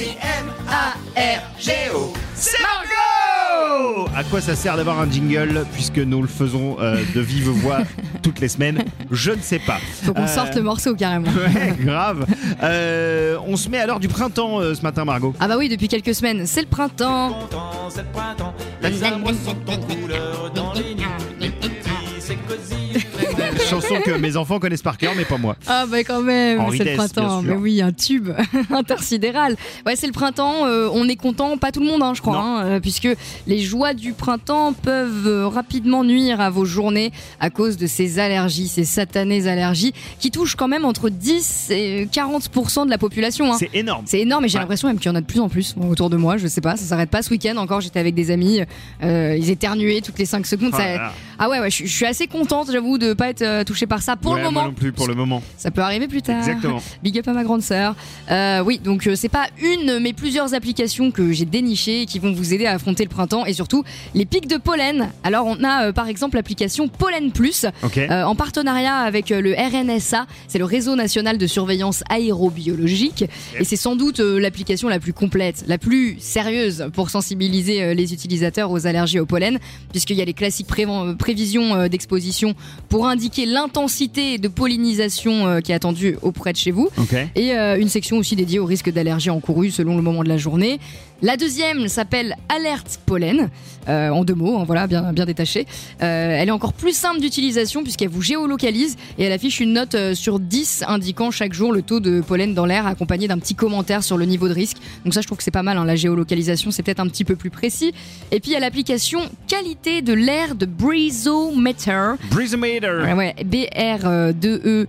C'est M-A-R-G-O. C'est Margot. À quoi ça sert d'avoir un jingle puisque nous le faisons de vive voix toutes les semaines? Je ne sais pas. Faut qu'on sorte le morceau carrément. Ouais, grave. On se met à l'heure du printemps ce matin, Margot. Ah bah oui, depuis quelques semaines, c'est le printemps. C'est le printemps. Les arbres sont en couleur dans les nids. Les petits, c'est cosy. Chanson que mes enfants connaissent par cœur, mais pas moi. Ah bah quand même, Henri c'est le Dess, printemps. bien sûr. Mais oui, un tube intersidéral. Ouais, c'est le printemps. On est content, pas tout le monde, je crois, puisque les joies du printemps peuvent rapidement nuire à vos journées à cause de ces allergies, ces satanées allergies qui touchent quand même entre 10 et 40% de la population. C'est énorme. C'est énorme, et j'ai Ouais. l'impression même qu'il y en a de plus en plus autour de moi. Je sais pas, ça s'arrête pas. Ce week-end encore, j'étais avec des amis, ils éternuaient toutes les 5 secondes. Ah Ça- là là. Ah ouais, je suis assez contente, j'avoue, de pas être touchée par ça pour Ouais, le moi moment. non plus pour le moment. Ça peut arriver plus tard. Exactement. Big up à ma grande sœur. Oui, donc c'est pas une, mais plusieurs applications que j'ai dénichées et qui vont vous aider à affronter le printemps et surtout les pics de pollen. Alors on a par exemple l'application Pollen Plus Ok. en partenariat avec le RNSA, c'est le réseau national de surveillance aérobiologique, et c'est sans doute l'application la plus complète, la plus sérieuse pour sensibiliser les utilisateurs aux allergies au pollen, puisqu'il y a les classiques prévisions d'exposition pour indiquer l'intensité de pollinisation qui est attendue auprès de chez vous. Ok. Et une section aussi dédiée au risque d'allergie encouru selon le moment de la journée. La deuxième s'appelle Alerte Pollen, en 2 mots, voilà, bien détaché. Elle est encore plus simple d'utilisation puisqu'elle vous géolocalise et elle affiche une note sur 10 indiquant chaque jour le taux de pollen dans l'air accompagné d'un petit commentaire sur le niveau de risque. Donc ça, je trouve que c'est pas mal, la géolocalisation, c'est peut-être un petit peu plus précis. Et puis il y a l'application Qualité de l'air de Breezometer. Breezometer. Ouais, B-R-2-E.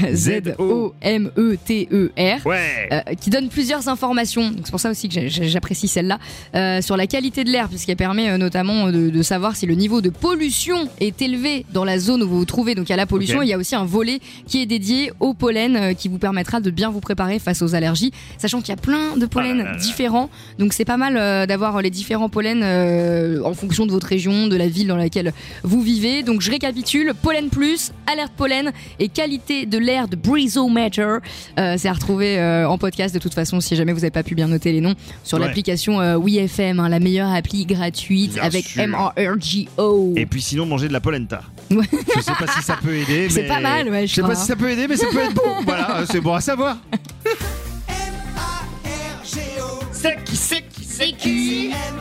Z-O-M-E-T-E-R, Ouais. qui donne plusieurs informations. Donc c'est pour ça aussi que j'apprécie celle-là, sur la qualité de l'air, puisqu'elle permet notamment de savoir si le niveau de pollution est élevé dans la zone où vous vous trouvez. Donc il y a la pollution, Ok. il y a aussi un volet qui est dédié au pollen, qui vous permettra de bien vous préparer face aux allergies, sachant qu'il y a plein de pollens différents. Donc c'est pas mal d'avoir les différents pollens en fonction de votre région, de la ville dans laquelle vous vivez. Donc je récapitule: Pollen Plus, Alerte Pollen et Qualité de l'air de Breezometer. C'est à retrouver en podcast de toute façon si jamais vous n'avez pas pu bien noter les noms sur Ouais. l'application WeFM, la meilleure appli gratuite Bien avec sûr. MARGO. Et puis sinon, manger de la polenta. Ouais. Je sais pas si ça peut aider, C'est mais... pas mal, ouais, je Je sais crois. pas si ça peut aider, mais ça peut être bon. Voilà, c'est bon à savoir. M-A-R-G-O. C'est qui C'est M